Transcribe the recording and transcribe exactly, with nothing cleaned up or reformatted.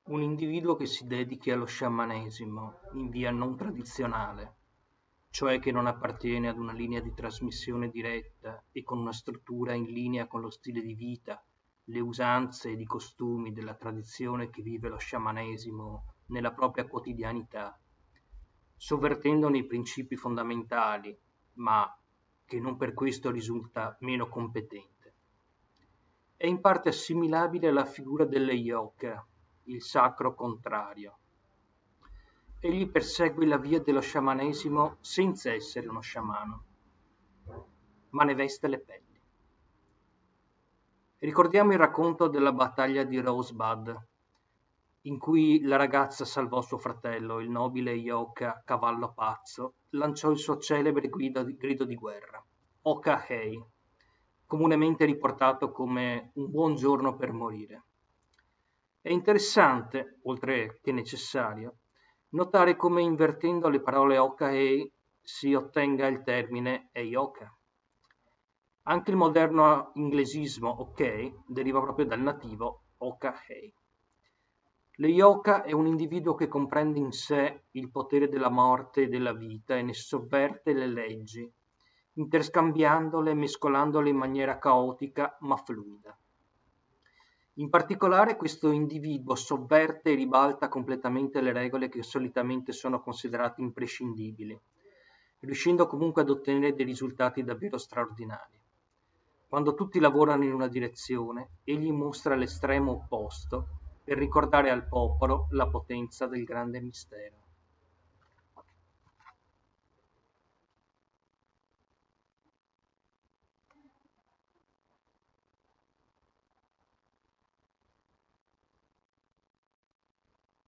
Un individuo che si dedichi allo sciamanesimo in via non tradizionale, cioè che non appartiene ad una linea di trasmissione diretta e con una struttura in linea con lo stile di vita, le usanze ed i costumi della tradizione che vive lo sciamanesimo nella propria quotidianità, sovvertendone i principi fondamentali, ma che non per questo risulta meno competente. È in parte assimilabile alla figura delle yoka, il sacro contrario. Egli persegue la via dello sciamanesimo senza essere uno sciamano, ma ne veste le pelli. Ricordiamo il racconto della battaglia di Rosebud, in cui la ragazza salvò suo fratello, il nobile yoka Cavallo Pazzo, lanciò il suo celebre grido di, grido di guerra, Oka-hei, comunemente riportato come un buon giorno per morire. È interessante, oltre che necessario, notare come invertendo le parole oka e si ottenga il termine eioka. Anche il moderno inglesismo ok deriva proprio dal nativo oka-hei. L'eioka è un individuo che comprende in sé il potere della morte e della vita e ne sovverte le leggi, interscambiandole e mescolandole in maniera caotica ma fluida. In particolare questo individuo sovverte e ribalta completamente le regole che solitamente sono considerate imprescindibili, riuscendo comunque ad ottenere dei risultati davvero straordinari. Quando tutti lavorano in una direzione, egli mostra l'estremo opposto per ricordare al popolo la potenza del grande mistero.